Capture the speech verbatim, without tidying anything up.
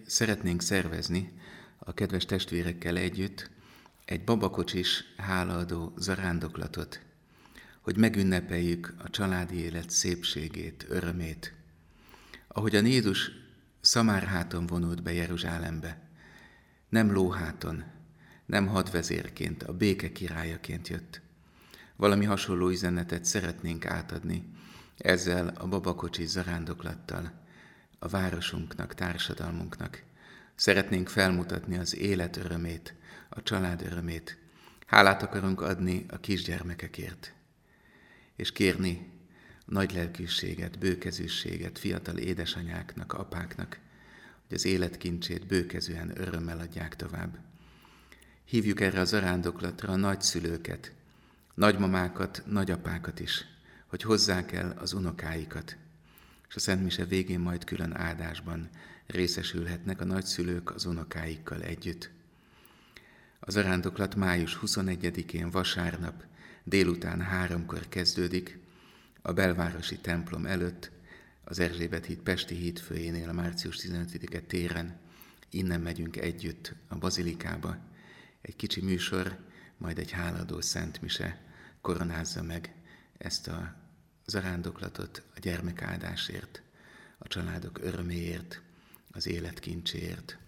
szeretnénk szervezni a kedves testvérekkel együtt egy babakocsis hálaadó zarándoklatot, hogy megünnepeljük a családi élet szépségét, örömét. Ahogyan Jézus szamárháton vonult be Jeruzsálembe, nem lóháton, nem hadvezérként, a béke királyaként jött. Valami hasonló üzenetet szeretnénk átadni ezzel a babakocsis zarándoklattal a városunknak, társadalmunknak. Szeretnénk felmutatni az élet örömét, a család örömét. Hálát akarunk adni a kisgyermekekért, és kérni a nagy lelkűséget, bőkezűséget fiatal édesanyáknak, apáknak, hogy az életkincsét bőkezűen örömmel adják tovább. Hívjuk erre a zarándoklatra a nagyszülőket, nagymamákat, nagyapákat is, hogy hozzák el az unokáikat, és a Szent Mise végén majd külön áldásban részesülhetnek a nagyszülők az unokáikkal együtt. A zarándoklat május huszonegyedikén vasárnap délután háromkor kezdődik, a belvárosi templom előtt, az Erzsébet híd Pesti hídfőjénél, a március tizenötödike téren. Innen megyünk együtt a bazilikába. Egy kicsi műsor, majd egy hálaadó Szent Mise koronázza meg ezt a zarándoklatot a gyermekáldásért, a családok öröméért, az élet kincséért.